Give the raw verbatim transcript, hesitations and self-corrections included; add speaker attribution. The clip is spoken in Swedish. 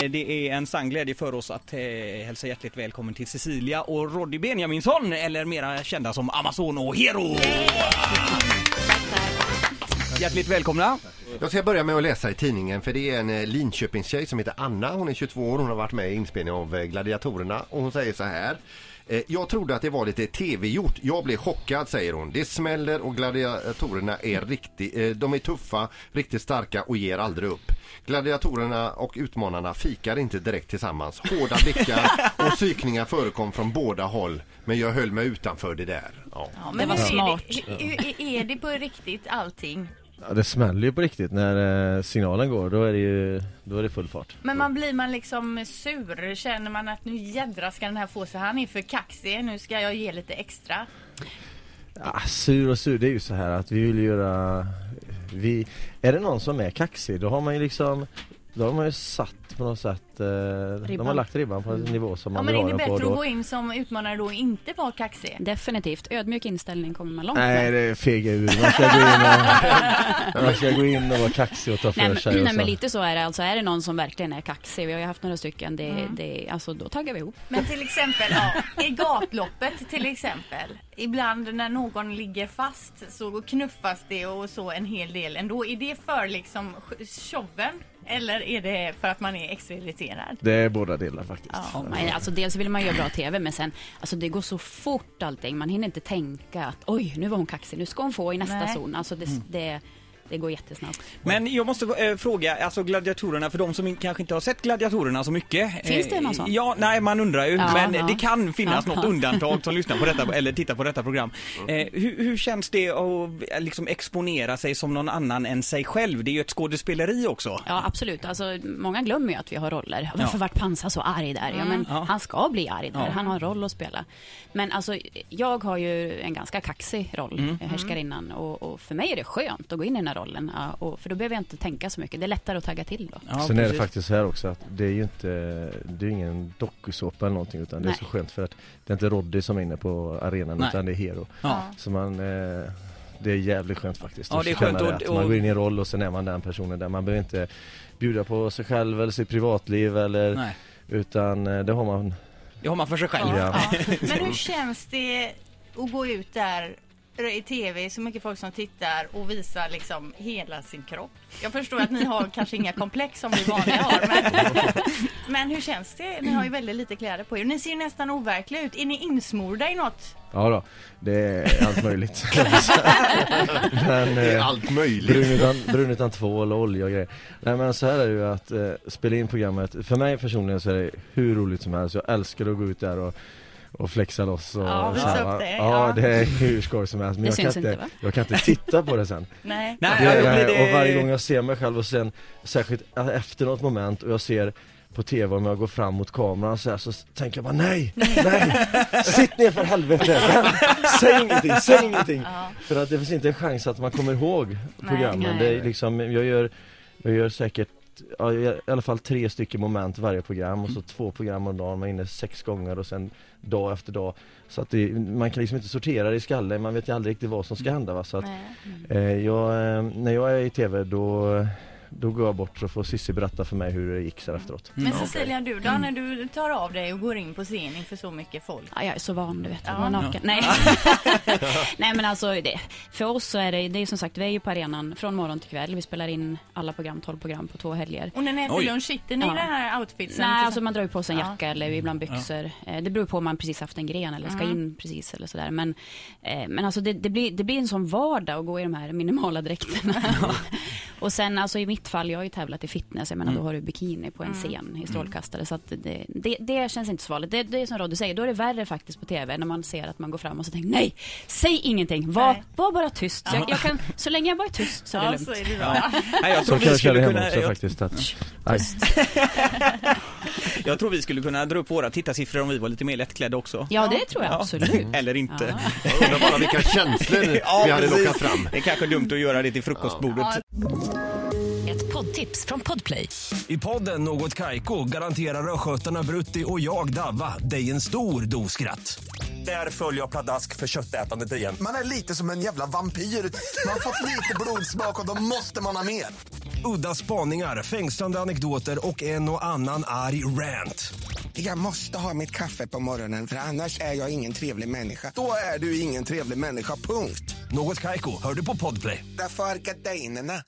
Speaker 1: det är en sann glädje för oss att eh, hälsa hjärtligt välkommen till Cecilia och Roddy Benjaminsson, eller mera kända som Amazon och Hero. Hjärtligt välkomna.
Speaker 2: Jag ska börja med att läsa i tidningen, för det är en Linköpingstjej som heter Anna. Hon är tjugotvå år, hon har varit med i inspelningen av Gladiatorerna och hon säger så här: jag trodde att det var lite tv-gjort. Jag blev chockad, säger hon. Det smäller och gladiatorerna är riktigt, de är tuffa, riktigt starka och ger aldrig upp. Gladiatorerna och utmanarna fikar inte direkt tillsammans. Hårda blickar och psykningar förekom från båda håll, men jag höll mig utanför det där. Ja,
Speaker 3: ja men det var smart. Är det, är det på riktigt allting?
Speaker 4: Ja, det smäller ju på riktigt när eh, signalen går. Då är det ju då är det full fart.
Speaker 3: Men man blir man liksom sur? Känner man att nu jädra ska den här få sig? Han är för kaxig, nu ska jag ge lite extra.
Speaker 4: Ja, sur och sur, det är ju så här att vi vill göra... Vi, är det någon som är kaxig, då har man ju liksom... Då har man ju satt på något sätt, eh, de har lagt ribban på en nivå som
Speaker 3: ja,
Speaker 4: man vill ha den på.
Speaker 3: Men är det bättre
Speaker 4: då.
Speaker 3: att gå in som utmanare då inte vara kaxig?
Speaker 5: Definitivt, ödmjuk inställning kommer man långt
Speaker 4: Nej,
Speaker 5: med.
Speaker 4: det är fega ur. Man ska gå in och, man ska gå in och vara kaxig och ta för
Speaker 5: nej,
Speaker 4: sig.
Speaker 5: Nej, men lite så är det. Alltså är det någon som verkligen är kaxig, vi har ju haft några stycken, det,
Speaker 3: mm.
Speaker 5: det, alltså då taggar vi ihop.
Speaker 3: Men till exempel, ja, i gatloppet till exempel, ibland när någon ligger fast så knuffas det och så en hel del ändå. Är det för liksom showen? Eller är det för att man är extra irriterad?
Speaker 4: Det är båda delar faktiskt.
Speaker 5: Ja, man, alltså dels vill man göra bra tv, men sen alltså det går så fort allting. Man hinner inte tänka att oj, nu var hon kaxig, nu ska hon få i nästa Nej. zon. Alltså det, mm. det, det går jättesnabbt.
Speaker 1: Men jag måste äh, fråga, alltså gladiatorerna, för de som in, kanske inte har sett gladiatorerna så mycket.
Speaker 5: Finns det någon sån?
Speaker 1: Ja, nej, man undrar ju.
Speaker 5: Ja,
Speaker 1: men
Speaker 5: ja.
Speaker 1: det kan finnas
Speaker 5: ja,
Speaker 1: något
Speaker 5: ja.
Speaker 1: undantag som lyssnar på detta eller tittar på detta program. Eh, hur, hur känns det att liksom exponera sig som någon annan än sig själv? Det är ju ett skådespeleri också.
Speaker 5: Ja, absolut. Alltså, många glömmer ju att vi har roller. Varför
Speaker 1: ja.
Speaker 5: vart Pansa så arg där? Ja, men
Speaker 1: ja.
Speaker 5: han ska bli arg där.
Speaker 1: Ja.
Speaker 5: Han har en roll att spela. Men alltså, jag har ju en ganska kaxig roll,
Speaker 1: mm.
Speaker 5: härskarinnan. Och, och för mig är det skönt att gå in i den här rollen. Ja, och för då behöver jag inte tänka så mycket. Det är lättare att tagga till då.
Speaker 4: Ja, Sen precis. är det faktiskt så här också att det är ju inte, det är ingen dokusåpa eller någonting, utan Nej. det är så skönt för att det är inte Roddy som är inne på arenan. Nej. Utan det är Hero. Ja. Så man, eh, det är jävligt skönt faktiskt.
Speaker 1: Ja, det är skönt
Speaker 4: det,
Speaker 1: och,
Speaker 4: att
Speaker 1: och...
Speaker 4: man går in i en roll och sen är man den personen där. Man behöver inte bjuda på sig själv eller sitt privatliv eller, Nej. utan det har man.
Speaker 1: Det har man för sig själv.
Speaker 3: Ja. Ja. Men hur känns det att gå ut där i tv, så mycket folk som tittar och visar liksom hela sin kropp? Jag förstår att ni har kanske inga komplex som vi vanliga har, men, men hur känns det? Ni har ju väldigt lite kläder på er. Ni ser ju nästan overkliga ut. Är ni insmorda i något?
Speaker 4: Ja då, det är allt möjligt. men,
Speaker 2: det är allt möjligt.
Speaker 4: Brun utan, brun utan tvål och olja och grejer. Nej, men så här är det ju att eh, spela in programmet. För mig personligen så är det hur roligt som helst. Jag älskar att gå ut där och och flexa loss och
Speaker 3: ja,
Speaker 4: så här,
Speaker 3: det,
Speaker 4: ja, det är hur skoj som helst. Men jag kan, inte,
Speaker 5: inte,
Speaker 4: jag kan inte titta på det sen.
Speaker 3: Nej.
Speaker 1: Nej,
Speaker 4: det,
Speaker 1: det, det...
Speaker 4: Och varje gång jag ser mig själv och sen särskilt efter något moment och jag ser på tv om jag går fram mot kameran så, här, så tänker jag bara nej, nej, sitt ner för helvete. Säg ingenting, säg ingenting. Ja. För att det finns inte en chans att man kommer ihåg programmen. Nej, nej. Det är liksom, jag gör, jag gör säkert ja, i alla fall tre stycken moment varje program och så två program om dagen, man är inne sex gånger och sen dag efter dag, så att det, man kan liksom inte sortera det i skallen, man vet ju aldrig riktigt vad som ska hända, va? Så att, mm. eh, jag, eh, när jag är i tv då då går jag bort och får Sissi berätta för mig hur det gick så efteråt.
Speaker 3: Men Cecilia, du då, när du tar av dig och går in på scen inför så mycket folk?
Speaker 5: Ja, jag är så van, du vet.
Speaker 3: Ja.
Speaker 5: Naken. Nej. Nej, men alltså det, för oss så är det, det är som sagt, vi är ju på arenan från morgon till kväll. Vi spelar in alla program, tolv program på två helger.
Speaker 3: Och när ni äter lunch, sitter ni i
Speaker 5: ja.
Speaker 3: den här outfitsen?
Speaker 5: Nej, alltså man drar ju på sig en jacka ja. eller ibland
Speaker 3: Mm.
Speaker 5: byxor. Ja. Det beror på om man precis haft en gren eller ska
Speaker 3: mm.
Speaker 5: in precis eller sådär. Men, eh, men alltså det, det, blir, det blir en sån vardag att gå i de här minimala dräkterna. Och sen alltså i mitt fall, jag har ju tävlat i fitness, jag menar mm. då har du bikini på en mm. scen i strålkastare, så att det, det, det känns inte så farligt. Det, det är som Roddy säger, då är det värre faktiskt på tv när man ser att man går fram och så tänker nej, säg ingenting, var, var bara tyst. Så, jag, jag kan, så länge jag bara är tyst så är det
Speaker 3: ja,
Speaker 5: lugnt.
Speaker 3: Så är det
Speaker 1: ja. Ja, jag tror
Speaker 4: så
Speaker 1: vi skulle kunna
Speaker 4: också,
Speaker 1: jag,
Speaker 4: faktiskt att,
Speaker 1: jag tror vi skulle kunna dra upp våra tittarsiffror om vi var lite mer lättklädda också.
Speaker 5: Ja, det tror jag ja. absolut.
Speaker 1: Eller inte.
Speaker 2: Ja. Jag undrar bara vilka känslor ja, vi hade lockat fram.
Speaker 1: Det är kanske dumt att göra det till frukostbordet.
Speaker 3: Ja.
Speaker 6: Ett poddtips från Podplay.
Speaker 7: I podden Något Kaiko garanterar röskötarna Brutti och jag Davva dig en stor doskratt. Där följer jag pladask för köttätandet igen.
Speaker 8: Man är lite som en jävla vampyr. Man har fått lite blodsmak och då måste man ha mer.
Speaker 7: Udda spaningar, fängslande anekdoter och en och annan arg rant.
Speaker 8: Jag måste ha mitt kaffe på morgonen för annars är jag ingen trevlig människa. Då är du ingen trevlig människa, punkt.
Speaker 7: Något Kaiko, hör du på Podplay.
Speaker 8: Därför är gardinerna.